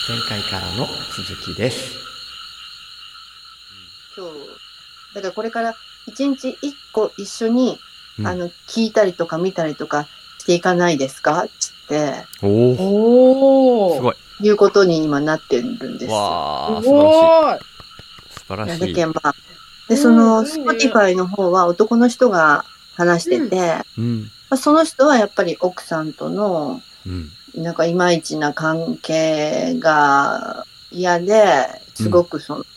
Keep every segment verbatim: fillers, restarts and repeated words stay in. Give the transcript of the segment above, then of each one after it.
前回からの続きです。 今日だからこれから一日一個一緒に、 うん、 あの聞いたりとか見たりとかしていかないですかっておおすごいいうことに今なってるんですよ。 わあ素晴らしい素晴らしい。 だけまあでその Spotify の方は男の人が話してて、うんうんまあ、その人はやっぱり奥さんとの、うん、なんかいまいちな関係が嫌ですごくその、うん、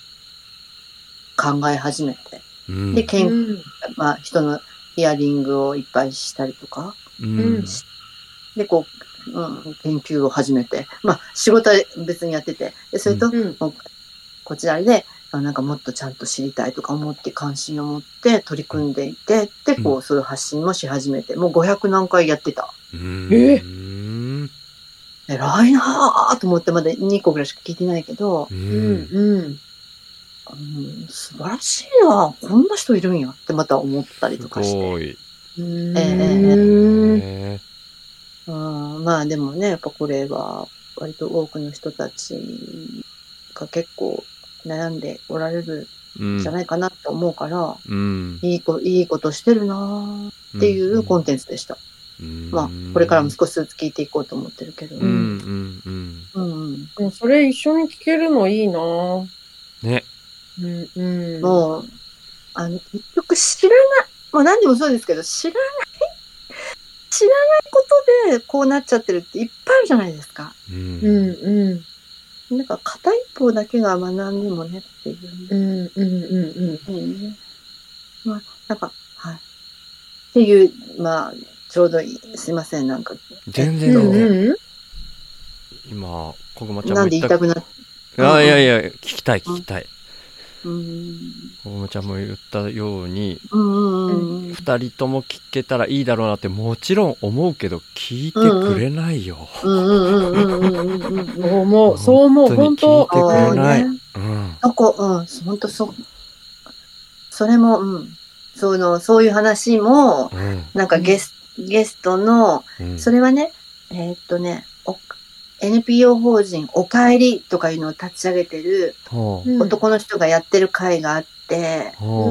考え始めて、うん、で研究、うんまあ、人のヒアリングをいっぱいしたりとか、うん、でこう、うん、研究を始めて、まあ仕事は別にやってて、でそれと、うん、こちらでなんかもっとちゃんと知りたいとか思って関心を持って取り組んでいて、でこう、うん、そういう発信もし始めて、もうごひゃく何回やってた。 うんえ偉いなぁと思って、まだにこぐらいしか聞いてないけど、うんうん、うん、素晴らしいなぁ、こんな人いるんやってまた思ったりとかして。 すごい。 えー、えー、うん、まあでもね、やっぱこれは割と多くの人たちが結構悩んでおられるんじゃないかなと思うから、うん、いいこ、いいことしてるなっていうコンテンツでした。うん、まあこれからも少しずつ聞いていこうと思ってるけど、うんうんうんうん、それ一緒に聞けるのいいなね。 うんうん、もうあの結局知らない、まあ何でもそうですけど知らない知らないことでこうなっちゃってるっていっぱいあるじゃないですか。うんうんなんか片一方だけが学んでもねっていう。うんうんうんうん。うんね、まあなんかはいっていうまあちょうどいいすいませんなんか全然全然、うん、今こぐまちゃんも言ったなんで言いたくなっいやいやいや聞きたい聞きたい。 うんこぐまちゃんも言ったように、うんふたりとも聞けたらいいだろうなってもちろん思うけど聞いてくれないよ。 そう思うそう思う本当聞いてくれない。ね、 うん。そこうん本当そうそれもうんそのそういう話も、うん、なんかゲスゲストの、うん、それはねえー、っとねエヌピーオー 法人おかえりとかいうのを立ち上げてる男の人がやってる会があって、うん、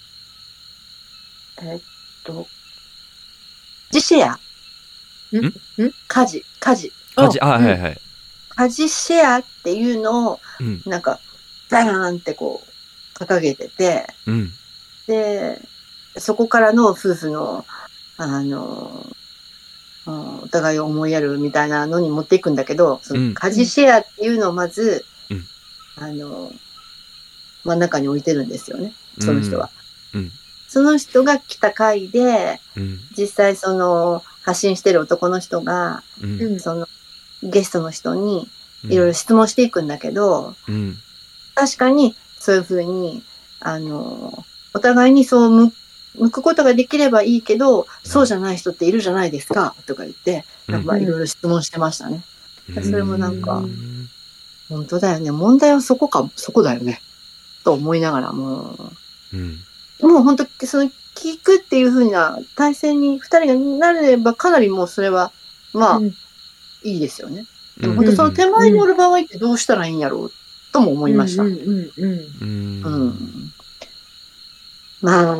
えー、っと家事シェア家事家事家事あはいはいはい家事シェアっていうのを、うん、なんかバーンってこう掲げてて、うん、でそこからの夫婦のあのお互いを思いやるみたいなのに持っていくんだけど、その家事シェアっていうのをまず、うん、あの真ん中に置いてるんですよね、その人は。うんうん、その人が来た回で、うん、実際その発信してる男の人が、うん、そのゲストの人にいろいろ質問していくんだけど、うん、確かにそういうふうにあのお互いにそう向向くことができればいいけど、そうじゃない人っているじゃないですかとか言って、なんかいろいろ質問してましたね。うん、それもなんか、本当だよね。問題はそこか、そこだよね。と思いながらも、うん、もう本当その聞くっていう風な体制に二人がなればかなりもうそれはまあ、うん、いいですよね。でも本当その手前におる場合ってどうしたらいいんやろうとも思いました。うんうんうんうんうん、まあ。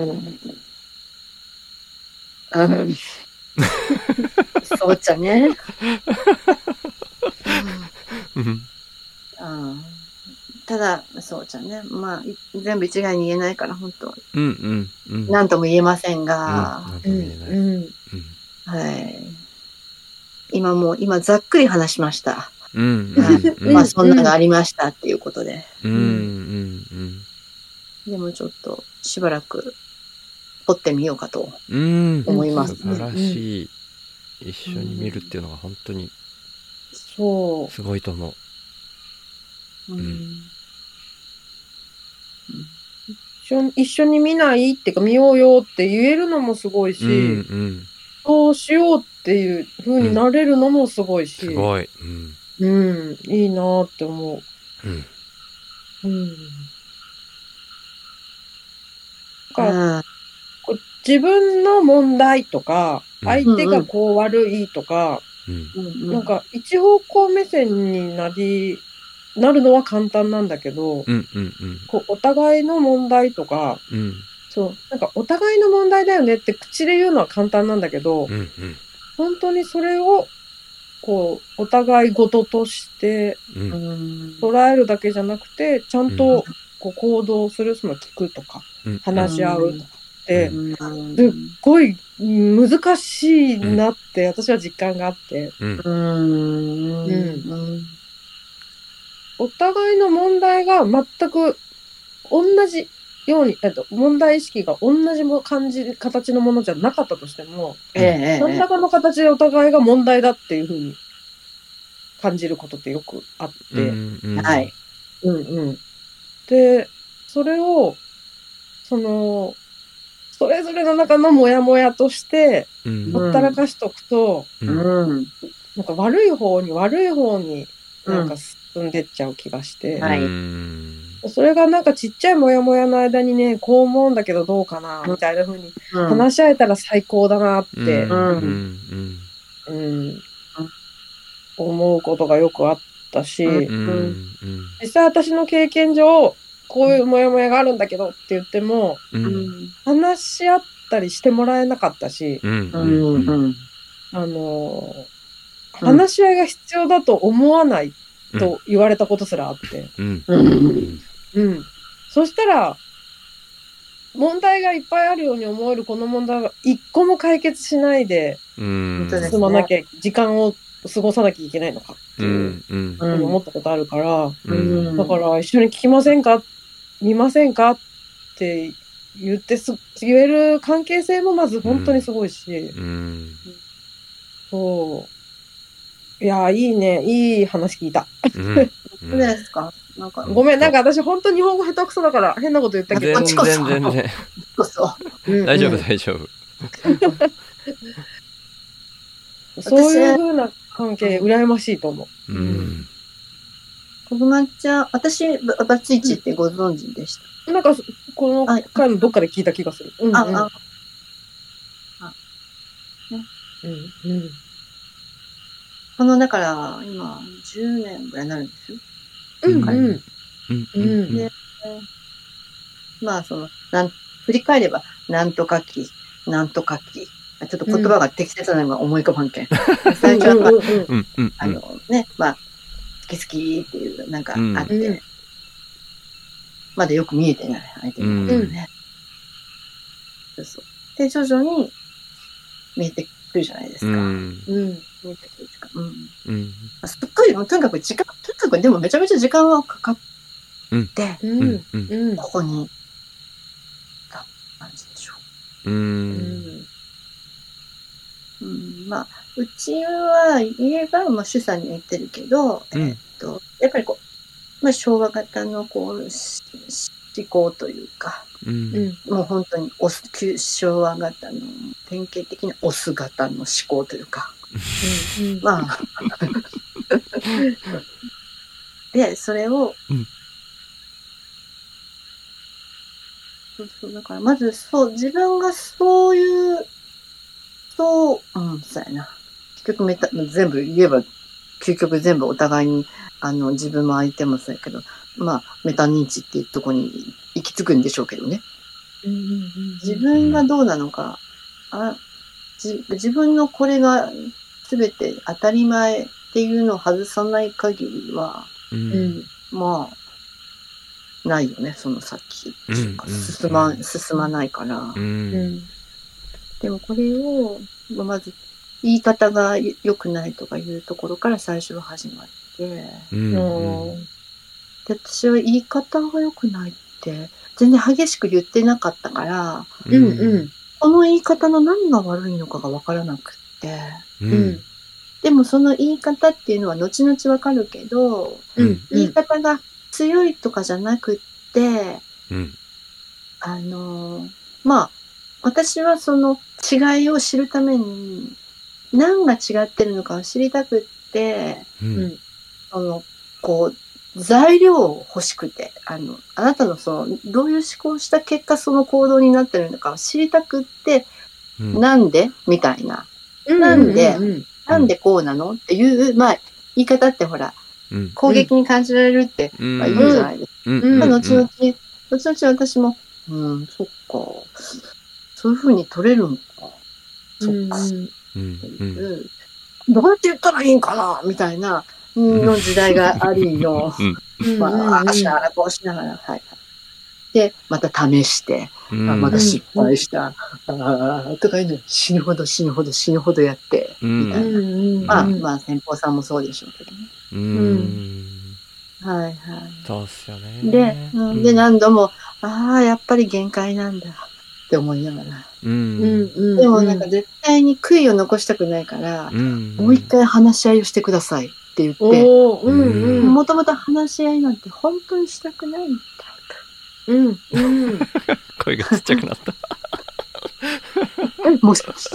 うん、そうじゃね。うん、ただそうじゃね。まあ全部一概に言えないから本当。うんうんうん。何とも言えませんが。うん、うんうんはい。今もう今ざっくり話しました。うん、はいうん、まあそんなのがありましたっていうことで。うんうんうんでもちょっとしばらく掘ってみようかと思います。 素晴らしい。一緒に見るっていうのが本当にそうすごいと思う。うん。 一緒一緒に見ないっていうか見ようよって言えるのもすごいし、うんうん、そうしようっていう風になれるのもすごいし、 うん、すごい、 うん、うん、いいなって思う。うんうんか自分の問題とか、相手がこう悪いとか、 ん、なんか一方向目線になり、なるのは簡単なんだけど、 うんうんうん、 こうお互いの問題とか、うん、そう、なんかお互いの問題だよねって口で言うのは簡単なんだけど、うんうん、本当にそれをこうお互い事として捉えるだけじゃなくて、ちゃんとこう行動する、その聞くとか、うん、話し合うとかって、うん、すっごい難しいなって私は実感があって、うんうんうんお互いの問題が全く同じように、えっと、問題意識が同じ感じ、形のものじゃなかったとしても、ええ、何らかの形でお互いが問題だっていうふうに感じることってよくあって、うんうん、はい。うんうん。で、それを、その、それぞれの中のモヤモヤとして、ほったらかしとくと、うん、なんか悪い方に悪い方になんか進んでっちゃう気がして、うんはい、それがなんかちっちゃいモヤモヤの間にね、こう思うんだけどどうかな、みたいな風に話し合えたら最高だなって、うんうん、思うことがよくあったし、実際私の経験上、こういうモヤモヤがあるんだけどって言っても、うん、話し合ったりしてもらえなかったし、うんうんうん、あのー、話し合いが必要だと思わないと言われたことすらあって。うんうんうん、そしたら、問題がいっぱいあるように思えるこの問題が一個も解決しないで進まなきゃ、時間を過ごさなきゃいけないのかっていうふうに思ったことあるから、うん、だから一緒に聞きませんか見ませんかって言ってす言える関係性もまず本当にすごいし、うんうん、そういやいいねいい話聞いた。 そうですか。なんかごめんなんか私本当日本語下手くそだから変なこと言ったけど。 全然全然。大丈夫大丈夫。 そういう風な関係羨ましいと思う。うん。 こぐまちゃん、私、バツイチってご存知でした。 なんか、この回のどっかで聞いた気がする。うんうん、あ、あ、 あ、ね。うんうん。この、だから、今、じゅうねんぐらいになるんですよ。うんうん。うん。で、まあ、その、なん、振り返れば、なんとか期、なんとか期。ちょっと言葉が適切なのが思い浮かばんけん。最初は、あの、ね、まあ、好き好きっていう、なんかあって、うん、まだよく見えてない、相手のことがね。うん、そうそう。で、徐々に見えてくるじゃないですか。うん。うん、見えてくる時間。うん。うん、すっごい、とにかく時間、とにかくでもめちゃめちゃ時間はかかって、うん、うん、ここに、た感じでしょう。うん。うん、まあ、うちは言えば、まあ、主さんに言ってるけど、うん、えっと、やっぱりこう、まあ、昭和型のこう、思考というか、うん、もう本当にオス、昭和型の典型的なオス型の思考というか、うん、まあ、で、それを、うん、そうそう、だからまずそう、自分がそういう、そう、うん、そうやな。結局メタ、全部言えば、究極全部お互いに、あの、自分も相手もそうやけど、まあ、メタ認知っていうところに行き着くんでしょうけどね。うんうんうん、自分がどうなのか、あじ、自分のこれが全て当たり前っていうのを外さない限りは、うん、まあ、ないよね、その先。うん、進ま、うん、進まないから。うんでもこれを、まず、言い方が良くないとかいうところから最初は始まって、うんうん、で私は言い方が良くないって全然激しく言ってなかったから、うんうん、この言い方の何が悪いのかが分からなくって、うん、でもその言い方っていうのは後々分かるけど、うん、言い方が強いとかじゃなくって、うん、あのまあ私はその違いを知るために何が違ってるのかを知りたくって、うん、あのこう材料を欲しくてあのあなたのそのどういう思考した結果その行動になってるのかを知りたくって、うん、なんでみたいな、うん、なんで、うんうんうん、 なんでこうなのっていう、まあ、言い方ってほら、うん、攻撃に感じられるって、うん、まあ、言うじゃないですか。うん、まあ、後々、後々私も、うん、そっか、そういうふうに取れるのか。そっか。うんうんどうやって言ったらいいんかなみたいな、の時代がありの、まあ、あしながらこうしながら、はい。で、また試して、あまた失敗した、あとかいうの死ぬほど死ぬほど死ぬほどやって、みたいな。まあ、まあ、先方さんもそうでしょうけどね。うん。はいはい。 そうっすよね。 で、うん、で、何度も、ああ、やっぱり限界なんだって思いながら。うん、でもなんか絶対に悔いを残したくないから、うん、もう一回話し合いをしてくださいって言って、もともと話し合いなんて本当にしたくないタイプ。うん、うん。 声がちっちゃくなった。 もしかして。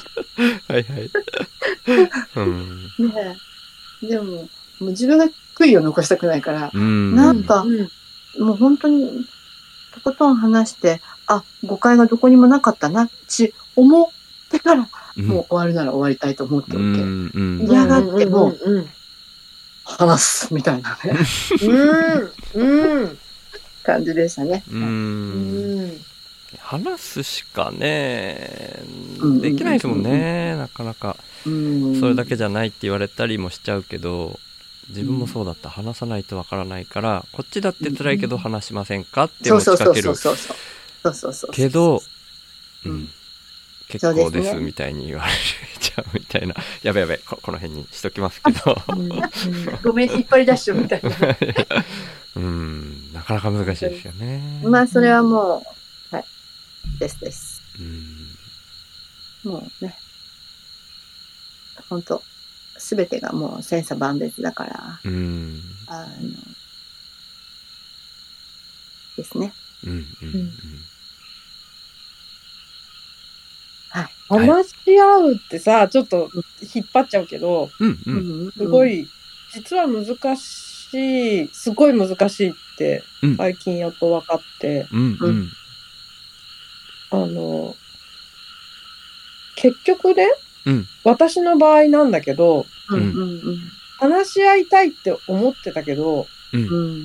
はいはい。うん、 ねえでも、もう自分が悔いを残したくないから、うん、なんか、うん、もう本当に、とことん話して、あ、誤解がどこにもなかったなって思ってから、うん、もう終わるなら終わりたいと思っておけ。うんうん、嫌がっても、うんうん、話すみたいなね。うん、うん、感じでしたね。うんうん話すしかね、できないですもんね、うん、なかなか。それだけじゃないって言われたりもしちゃうけど、自分もそうだった。話さないとわからないから、こっちだって辛いけど話しませんかって持ちかけるけど、結構ですみたいに言われちゃうみたいな。やべやべ こ, この辺にしときますけどごめん引っ張り出しちゃうみたいなうんなかなか難しいですよね。 まあそれはもうはいですです。うんもうね本当すべてがもう千差万別だから、うん、あのですね。うんうんうんはい、話し合うってさ、ちょっと引っ張っちゃうけど、うんうん、すごい、実は難しい、すごい難しいって最近やっと分かって、うんうん、あの、結局ね、うん、私の場合なんだけど、うんうんうん、話し合いたいって思ってたけど、うん、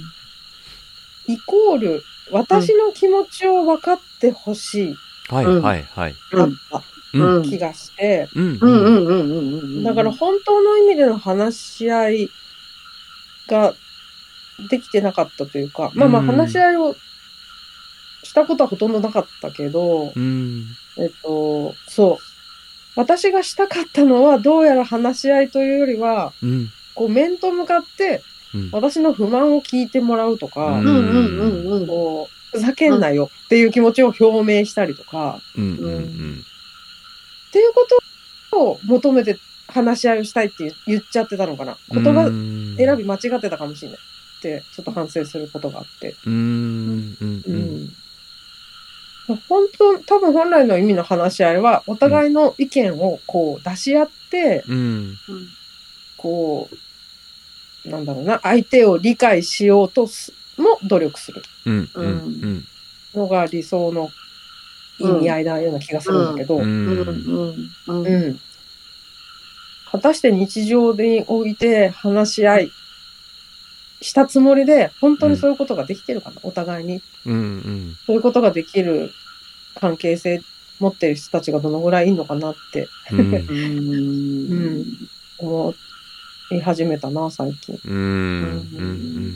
イコール私の気持ちを分かってほしい。 はいはいはい。 だった気がして。だから本当の意味での話し合いができてなかったというか、まあまあ話し合いをしたことはほとんどなかったけど、うん、えっと、そう。私がしたかったのはどうやら話し合いというよりは、うん、こう面と向かって私の不満を聞いてもらうとか、こうふざけんなよっていう気持ちを表明したりとか、うんうんうん、っていうことを求めて話し合いをしたいって言っちゃってたのかな。言葉選び間違ってたかもしれないってちょっと反省することがあって。うんうんうんうん、本当多分本来の意味の話し合いはお互いの意見をこう出し合って、うん、こうなんだろうな相手を理解しようとも努力する。うんうんうんのが理想の意味合いなような気がするんだけど、果たして日常において話し合いしたつもりで、本当にそういうことができてるかな、うん、お互いに、うんうん。そういうことができる関係性持ってる人たちがどのぐらいいるのかなって、うんうん、思い始めたな、最近。うんうん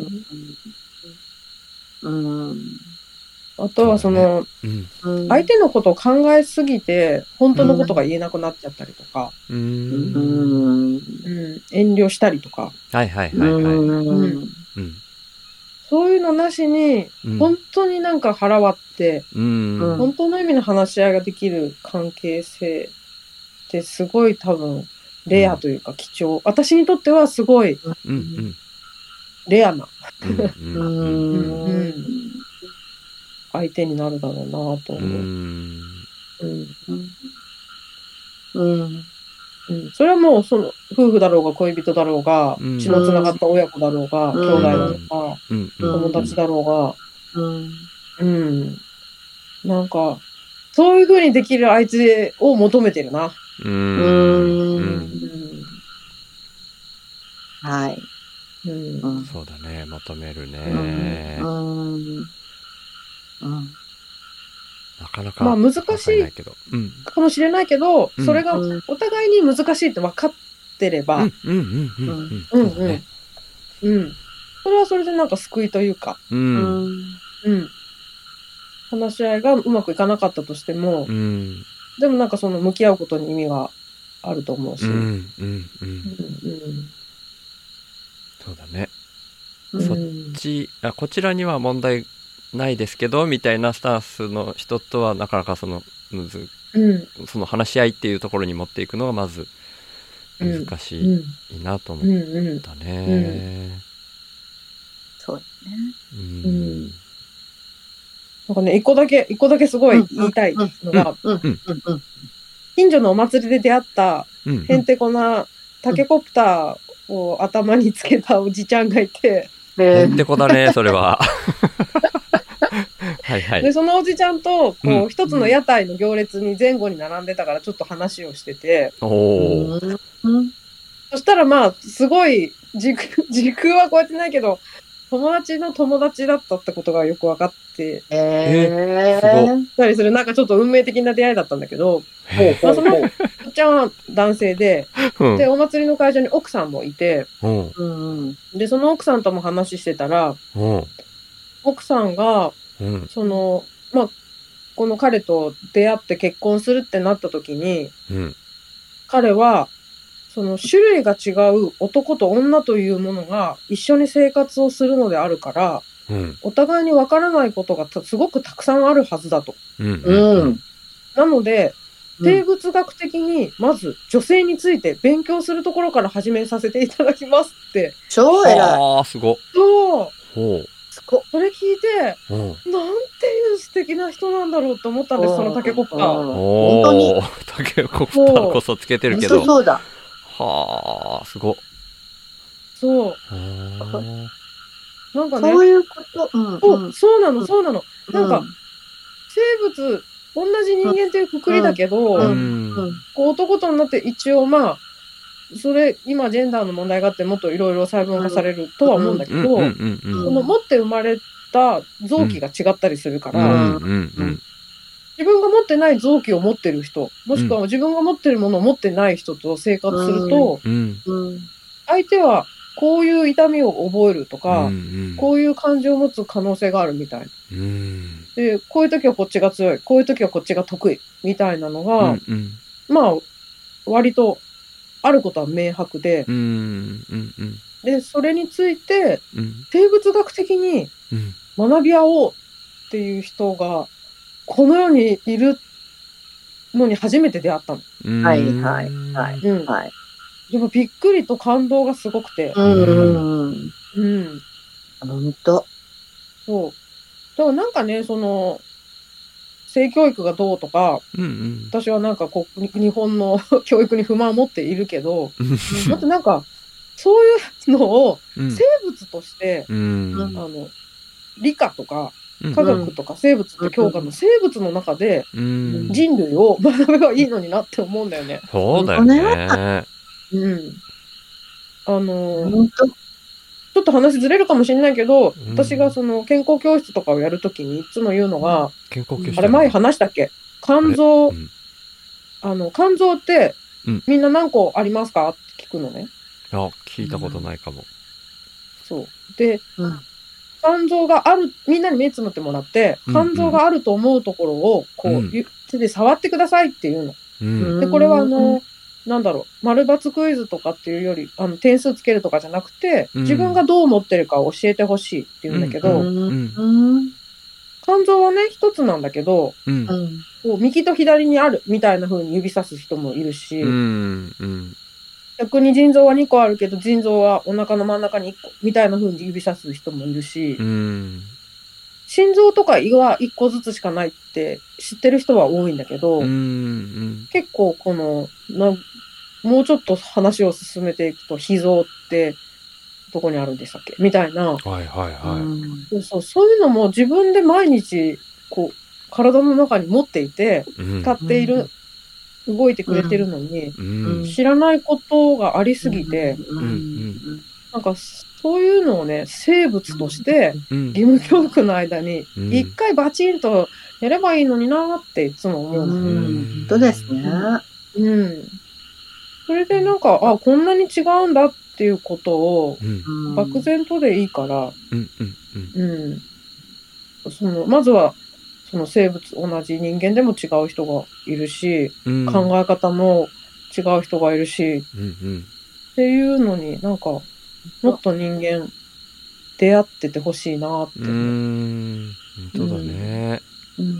うんうんあとはその、ねうん、相手のことを考えすぎて、本当のことが言えなくなっちゃったりとか、うんうん、遠慮したりとか。 はいはいはいはい。うん、 そういうのなしに、本当になんか腹割って、うん、本当の意味の話し合いができる関係性ってすごい多分、レアというか貴重。私にとってはすごい、うんうん、レアな。相手になるだろうなと思う。うんうんうんうん、それはもうその夫婦だろうが恋人だろうが、うん、血のつながった親子だろうが、うん、兄弟だろうが、うん、友達だろうが、うんうん、なんかそういう風にできる相手を求めてるな。うんうんはい。 うん、そうだね、求めるね。うん。うん。なかなか。 まあ難しいかもしれないけど、うん、それがお互いに難しいって分かってれば。うんうんうんうん。うんうん。うん。それはそれでなんか救いというか。うん。うん。話し合いがうまくいかなかったとしても、うん、でもなんかその向き合うことに意味があると思うし。うんうんうん。うんうん、 そうだね。うん、そっちあこちらには問題ないですけどみたいなスタンスの人とはなかなかそのむず、うん、その話し合いっていうところに持っていくのがまず難しいなと思ったね。 そうですね。 うん。うんなんかね、一個だけ、一個だけすごい言いたいのが、近所のお祭りで出会った、へんてこなタケコプターを頭につけたおじちゃんがいて。 へんてこだね、それは。はいはい。 で、そのおじちゃんと、こう、一つの屋台の行列に前後に並んでたから、ちょっと話をしてて。おー。そしたらまあ、すごい、時空、時空はこうやってないけど、友達の友達だったってことがよく分かって、えー、すごい。たりする、なんかちょっと運命的な出会いだったんだけど、まあ、その、おっちゃんは男性で、うん、で、お祭りの会場に奥さんもいて、うん、で、その奥さんとも話してたら、うん、奥さんが、うん、その、まあ、この彼と出会って結婚するってなった時に、うん、彼は、その種類が違う男と女というものが一緒に生活をするのであるから、うん、お互いに分からないことがすごくたくさんあるはずだと。うんうんうん、なので、生物学的にまず女性について勉強するところから始めさせていただきますって。 超偉い。 ああ、すご。 そう。すごそれ聞いて、うん、なんていう素敵な人なんだろうと思ったんです、そのタケコプター。 本当に。タケコプターこそつけてるけど。 そうだ。 はあ、すご。 そう。なんかね。 そういうこと。うん、 そう、そうなの、そうなの。なんか、生物、同じ人間っていうくくりだけど、こう男と女って一応まあ、それ、今ジェンダーの問題があってもっといろいろ細分化されるとは思うんだけど、その持って生まれた臓器が違ったりするから、自分が持ってない臓器を持ってる人、もしくは自分が持ってるものを持ってない人と生活すると、うんうん、相手はこういう痛みを覚えるとか、うんうん、こういう感情を持つ可能性があるみたいな、うん。で、こういう時はこっちが強い、こういう時はこっちが得意みたいなのが、うんうん、まあ、割とあることは明白で、うんうんうん、で、それについて、生物学的に学び合おうっていう人が、この世にいるのに初めて出会ったの。 はいはいはい、うんはい。 でもびっくりと感動がすごくて。うん。うん。 本当。 そう。でもなんかね、その、性教育がどうとか、うんうん、私はなんかこう、日本の教育に不満を持っているけど、もっとなんか、そういうのを生物として、うん、あの、理科とか、科学とか生物って教科の生物の中で人類を学べばいいのになって思うんだよね。 そうだよね。 うん。あのー、ちょっと話ずれるかもしれないけど、うん、私がその健康教室とかをやるときにいつも言うのが、 健康教室あれ前話したっけ？肝臓、あ,、うん、あの、肝臓って、みんな何個ありますかって聞くのね。 あ、聞いたことないかも。うん、 そう。で、うん肝臓がある、みんなに目つむってもらって、肝臓があると思うところを、こう、うん、手で触ってくださいっていうの。うん、で、これはあの、なんだろう、丸抜クイズとかっていうより、あの、点数つけるとかじゃなくて、うん、自分がどう思ってるかを教えてほしいっていうんだけど、うんうん、肝臓はね、一つなんだけど、うん、こう右と左にあるみたいな風に指さす人もいるし、うんうん逆に腎臓はにこあるけど、腎臓はお腹の真ん中にいっこみたいな風に指さす人もいるし、うん、心臓とか胃はいっこずつしかないって知ってる人は多いんだけど、うんうん、結構このな、もうちょっと話を進めていくと、脾臓ってどこにあるんでしたっけみたいな、はいはいはい、そうそう。そういうのも自分で毎日こう体の中に持っていて、使っている、うん動いてくれてるのに、うん、知らないことがありすぎて、うんうん、 なんか、そういうのをね、生物として、義務教育の間に、一回バチンとやればいいのになっていつも思う。 本当ですね。 うん。それでなんか、あ、こんなに違うんだっていうことを、漠然とでいいから、うん。その、まずは、その生物、同じ人間でも違う人がいるし、うん、考え方も違う人がいるし、うんうん、っていうのになんか、もっと人間出会っててほしいなって。うーん、 本当だね。うん。うん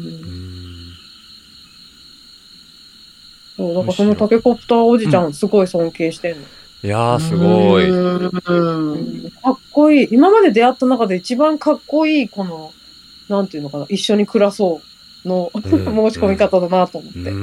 そう、だからそのタケコプターおじちゃんすごい尊敬してんの。 いやー、すごい。 うん。かっこいい。今まで出会った中で一番かっこいい、この、なんていうのかな、一緒に暮らそうの、うん、申し込み方だなと思って。うん。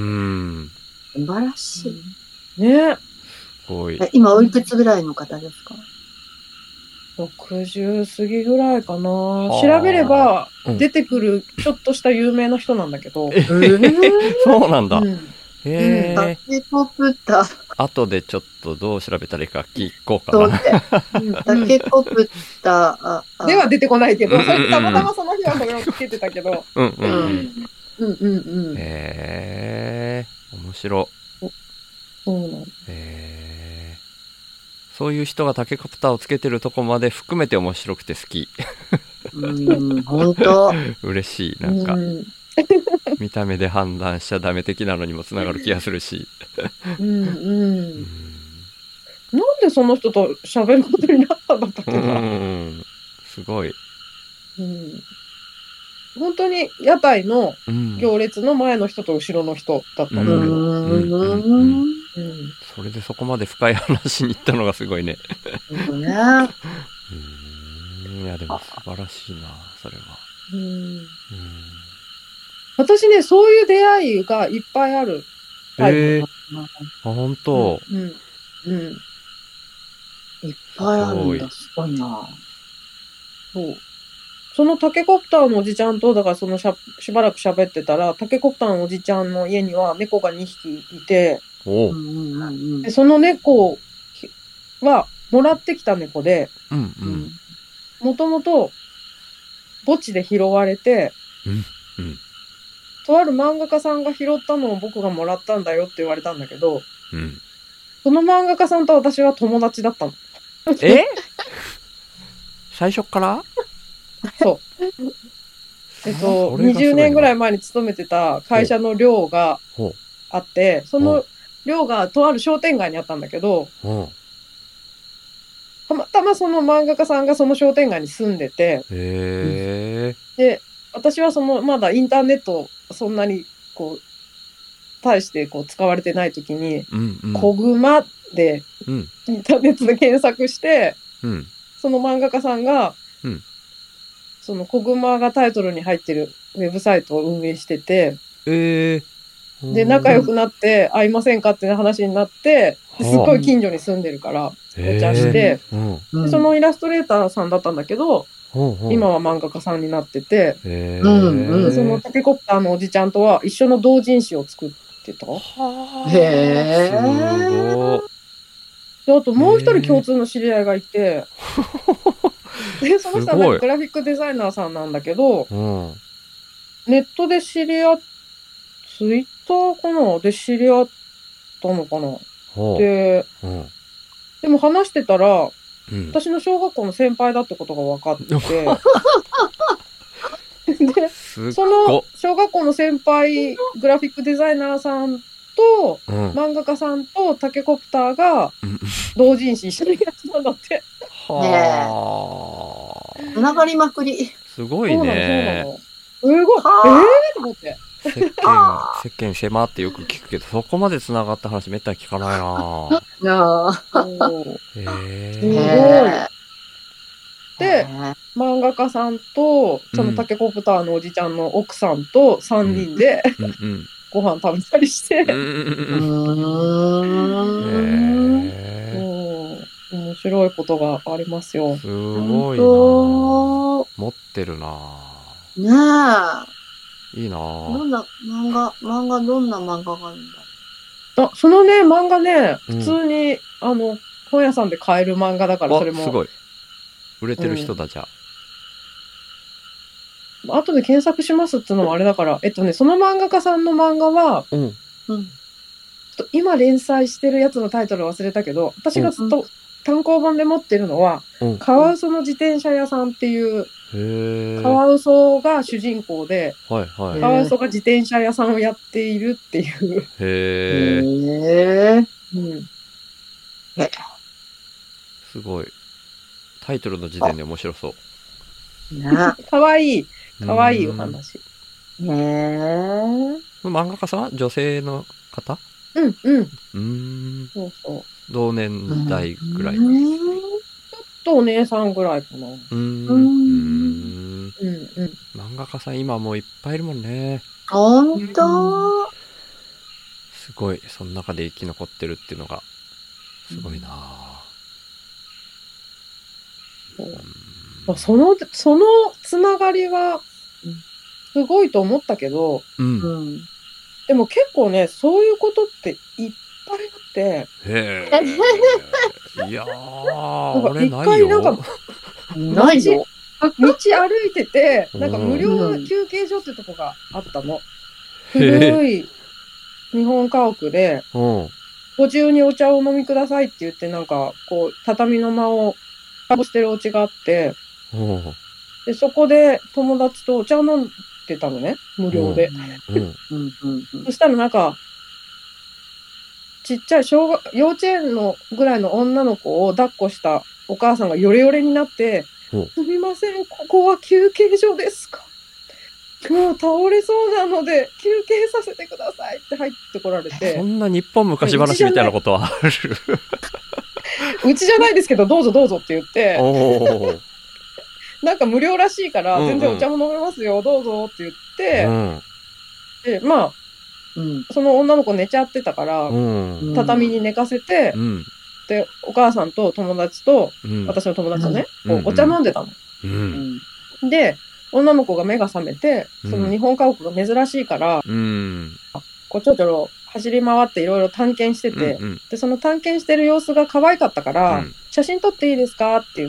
素晴らしい。 ね。 すごい。 今、おいくつぐらいの方ですか？ ろくじゅう過ぎぐらいかな。調べれば出てくるちょっとした有名な人なんだけど。うん、えー、そうなんだ。うん、 へえ。タケコプター。 後でちょっとどう調べたらいいか聞こうかな。 タケコプター。では出てこないけど、それたまたまその日はそれをつけてたけど。うんうんうん。うんうんうん。 へえ、面白。 そうなんだ。へえ。そういう人がタケコプターをつけてるとこまで含めて面白くて好き。 うん、本当。 嬉しい、なんか。見た目で判断しちゃダメ的なのにもつながる気がするし。うんうん。 うんなんでその人と喋ることになったんだったっけな。うん、 すごい。 うん。本当に屋台の行列の前の人と後ろの人だったんだけど。うんそれでそこまで深い話に行ったのがすごいね。うんね。うんいやでも素晴らしいなそれは。うんうん私ねそういう出会いがいっぱいあるタイプ。 えー、あ本当。 うんうん、うん、いっぱいあるんだすごいな。 そうそのタケコプターのおじちゃんとだからそのしゃしばらく喋ってたらタケコプターのおじちゃんの家には猫がにひきいて。おでその猫はもらってきた猫で、もともと墓地で拾われて、うんうん、とある漫画家さんが拾ったのを僕がもらったんだよって言われたんだけど、うん、その漫画家さんと私は友達だったの。 え最初からそう。えっと、にじゅうねんぐらい前に勤めてた会社の寮があって、その寮がとある商店街にあったんだけど、たまたまその漫画家さんがその商店街に住んでて、へで、私はそのまだインターネットそんなにこう、大してこう使われてない時に、うんうん、小熊でインターネットで検索して、うん、その漫画家さんが、うん、その小熊がタイトルに入ってるウェブサイトを運営してて、えーで、仲良くなって会いませんかって話になって、すっごい近所に住んでるから、お茶して、でそのイラストレーターさんだったんだけど、今は漫画家さんになってて、でそのタケコプターのおじちゃんとは一緒の同人誌を作ってた。へー。すごい。で、あともう一人共通の知り合いがいて、で、その人はグラフィックデザイナーさんなんだけど、ネットで知り合って、ツイッターかなで知り合ったのかなで、うん、でも話してたら、うん、私の小学校の先輩だってことが分かって、で、その小学校の先輩、グラフィックデザイナーさんと、うん、漫画家さんとタケコプターが、同人誌一緒にやってたんだって。 はぁ。つながりまくり。 すごいね。 すごい。えーと思って。 世間、世間狭ってよく聞くけど、そこまで繋がった話めったに聞かないなぁ。なぁ。 へぇー。で、漫画家さんと、そのタケコプターのおじちゃんの奥さんとさんにんで、うんうんうん、ご飯食べたりして。うん。へ面白いことがありますよ。 すごいなぁ。持ってるなぁ。ねえ。 いいなぁ。 どんな漫画、漫画どんな漫画があるんだあ、そのね、漫画ね、普通に、うん、あの、 本屋さんで買える漫画だから、それも。 すごい。売れてる人だ、うん、じゃあ。後で検索しますっていうのもあれだから、えっとね、その漫画家さんの漫画は、うん。うん、ちょっと今連載してるやつのタイトル忘れたけど、私がずっと単行本で持ってるのは、うん、カワウソの自転車屋さんっていう、カワウソが主人公で、はいはい、カワウソが自転車屋さんをやっているっていう。へー。うん。 すごい。タイトルの時点で面白そう。 なかわいい。かわいいお話。へー。漫画家さんは女性の方？ うんうん。 うん。そうそう。同年代ぐらい。ちょっとお姉さんぐらいかな。うん。うん。うん。 漫画家さん今もういっぱいいるもんね。 ほんと？ すごい。その中で生き残ってるっていうのがすごいなぁ。 うん、その、そのつながりはすごいと思ったけど、うん、でも結構ね、そういうことっていっぱいあって。へー。いやー、俺ないよ。 なんかないよ。道歩いてて、なんか無料休憩所ってとこがあったの。古い日本家屋で、ご自由にお茶をお飲みくださいって言って、なんか、こう、畳の間を倒してるお家があって、で、そこで友達とお茶を飲んでたのね、無料で。そしたらなんか、ちっちゃい小学、幼稚園のぐらいの女の子を抱っこしたお母さんがヨレヨレになって、すみません、ここは休憩所ですか？もう倒れそうなので休憩させてくださいって入ってこられて。 そんな日本昔話みたいなことはある？ うちじゃないですけどどうぞどうぞって言ってなんか無料らしいから全然お茶も飲めますよ、うんうん、どうぞって言って、うん、でまあ、うん、その女の子寝ちゃってたから、うん、畳に寝かせて、うん、でお母さんと友達と、うん、私の友達とね、うん、こうお茶飲んでたの、うんうん、で女の子が目が覚めて、その日本家屋が珍しいから、うん、こうちょろちょろ走り回っていろいろ探検してて、うんうん、で、その探検してる様子が可愛かったから、うん、写真撮っていいですかって言って、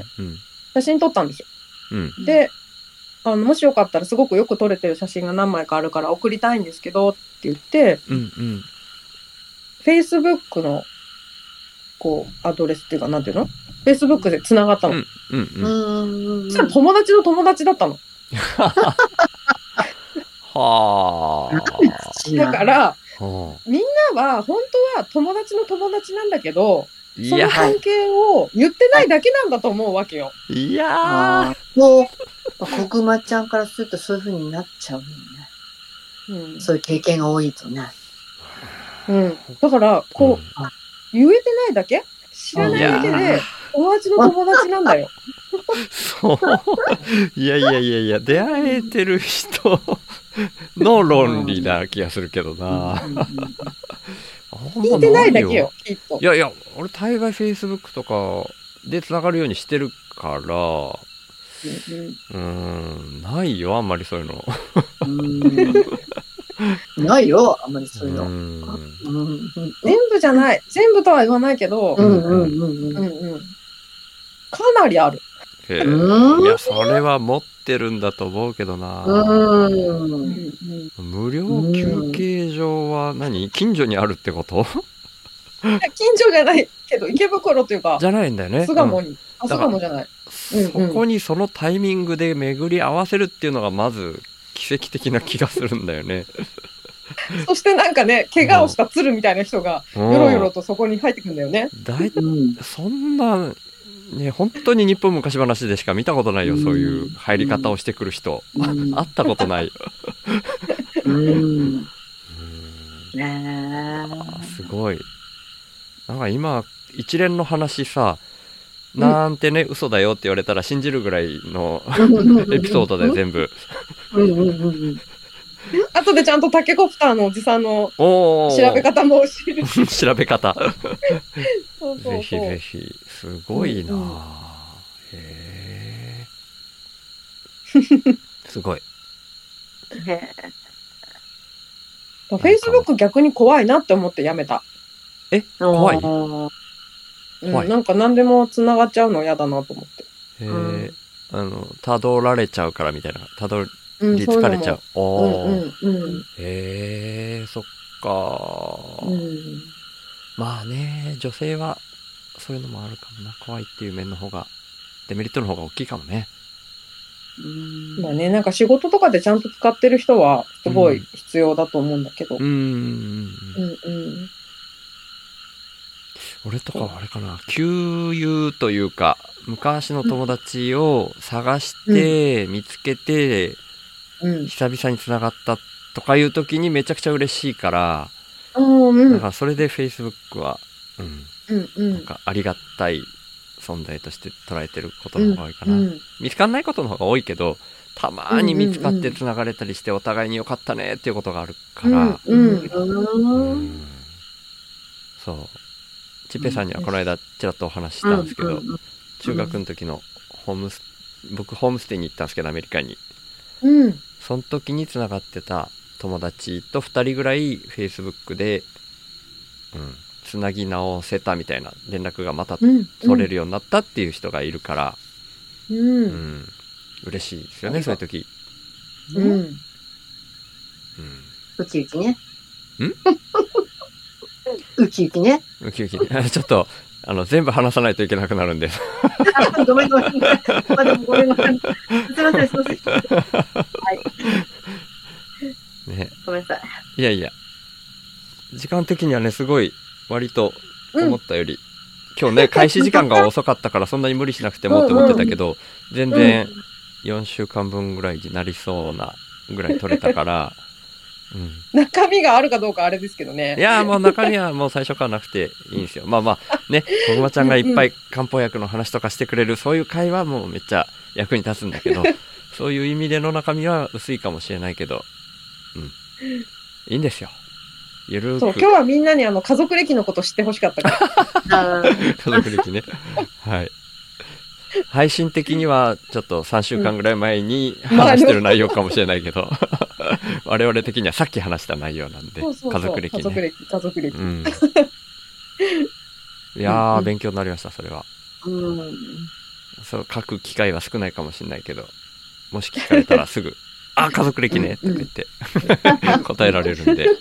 うんうん、写真撮ったんですよ。うん、で、あの、もしよかったらすごくよく撮れてる写真が何枚かあるから送りたいんですけどって言って、うんうん、Facebook の、こう、アドレスっていうか、なんていうの？ Facebook で繋がったの。うんうんうん、そしたら友達の友達だったの。はあ。だから、みんなは本当は友達の友達なんだけど、その関係を言ってないだけなんだと思うわけよ。 いやー。 もう、こぐまちゃんからするとそういう風になっちゃうよね。うん、そういう経験が多いとね。 うん。だから、こう、うん、言えてないだけ？知らないだけで、友達の友達なんだよ。 そう。いやいやいやいや、出会えてる人の論理な気がするけどな。 聞いてないだけよ、きっと。 いやいや、俺大概 Facebook とかでつながるようにしてるから、うん、うーん、ないよ、あんまりそういうの。 うんないよ、あんまりそういうの。 うん全部じゃない。全部とは言わないけど、うんうんうんうん、かなりある。 へいや、それは持ってるんだと思うけどな。うん無料休憩所は何？近所にあるってこと？ 近所じゃないけど、池袋というか。 じゃないんだよね。 巣鴨に。うん、あ、巣鴨じゃない。 そこにそのタイミングで巡り合わせるっていうのがまず奇跡的な気がするんだよね。 そしてなんかね、怪我をした鶴みたいな人がよろよろとそこに入ってくるんだよね。 だいそんなね、本当に日本昔話でしか見たことないよ、そういう入り方をしてくる人。会ったことないよ。うんすごい。なんか今一連の話さ、なんてね、嘘だよって言われたら信じるぐらいのエピソードだよ、全部。 あとでちゃんとタケコプターのおじさんの調べ方も教える。 調べ方。そうそうそうぜひぜひ。すごいな、うんうん、へーすごい。 フェイスブック逆に怖いなって思ってやめた。 え怖い？ うん、なんか何でも繋がっちゃうの嫌だなと思って。 へえ、うん、あの、たどられちゃうからみたいな、たどり着かれちゃう。うん、おー。うんうんうん、へえ、そっか、うん。まあね、女性はそういうのもあるかもな。怖いっていう面の方が、デメリットの方が大きいかもね。 うんだね、なんか仕事とかでちゃんと使ってる人はすごい必要だと思うんだけど。うん。うんうんうん。俺とかはあれかな、旧友というか、昔の友達を探して見つけて、うん、久々に繋がったとかいう時にめちゃくちゃ嬉しいから、うん、だからそれで Facebook は、うん、うんうん、なんかありがたい存在として捉えてることの方が多いかな、うんうん、見つかんないことの方が多いけど、たまに見つかって繋がれたりしてお互いに良かったねっていうことがあるから、うんうんうん、そう、ちっぺさんにはこの間ちらっとお話ししたんですけど、うんうんうん、中学の時のホームス僕ホームステイに行ったんですけど、アメリカに、うん、その時に繋がってた友達とふたりぐらい Facebook で、うん、つなぎ直せたみたいな連絡がまた取れるようになったっていう人がいるから、うんうん、嬉しいですよね、そういう時。うん、うん、 ウキウキね。んウキウキね。 ウキウキね。ちょっとあの全部話さないといけなくなるんで。 ごめんごめん。まあ、でもごめんごめん。すいませんすいません。はい。ね。ごめんなさい。 いやいや。時間的にはね、すごい割と思ったより、うん、今日ね開始時間が遅かったからそんなに無理しなくてもって思ってたけど、うんうん、全然よんしゅうかんぶんぐらいになりそうなぐらい取れたから。 うん、中身があるかどうかあれですけどね。 いやもう中身はもう最初からなくていいんですよ。まあまあね、こぐまちゃんがいっぱい漢方薬の話とかしてくれるそういう会話もめっちゃ役に立つんだけど、そういう意味での中身は薄いかもしれないけど、うん、いいんですよ。ゆるく。 そう、今日はみんなにあの家族歴のこと知ってほしかったから。 家族歴ね。はい。配信的にはちょっとさんしゅうかんぐらい前に話してる内容かもしれないけど、我々的にはさっき話した内容なんで、そうそうそう、家族歴ね。 家族歴、家族歴。うん、 いやー、うん、勉強になりました、それは。うん、そう書く機会は少ないかもしれないけど、もし聞かれたらすぐ、あ、家族歴ね、とか言って、うん、答えられるんで。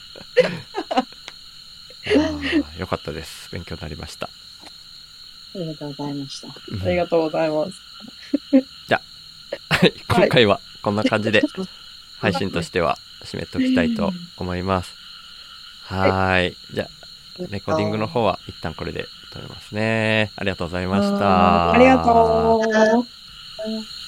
よかったです。勉強になりました。 ありがとうございました。 ありがとうございます。 じゃあ、今回はこんな感じで配信としては締めておきたいと思います。はい。じゃあ、レコーディングの方は一旦これで止めますね。ありがとうございました。 ありがとう。